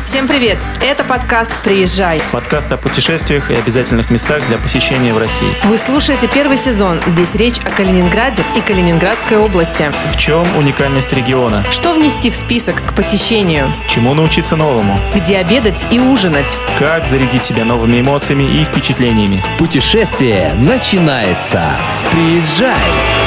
Всем привет! Это подкаст «Приезжай». Подкаст о путешествиях и обязательных местах для посещения в России. Вы слушаете первый сезон. Здесь речь о Калининграде и Калининградской области. В чем уникальность региона? Что внести в список к посещению? Чему научиться новому? Где обедать и ужинать? Как зарядить себя новыми эмоциями и впечатлениями? Путешествие начинается. Приезжай!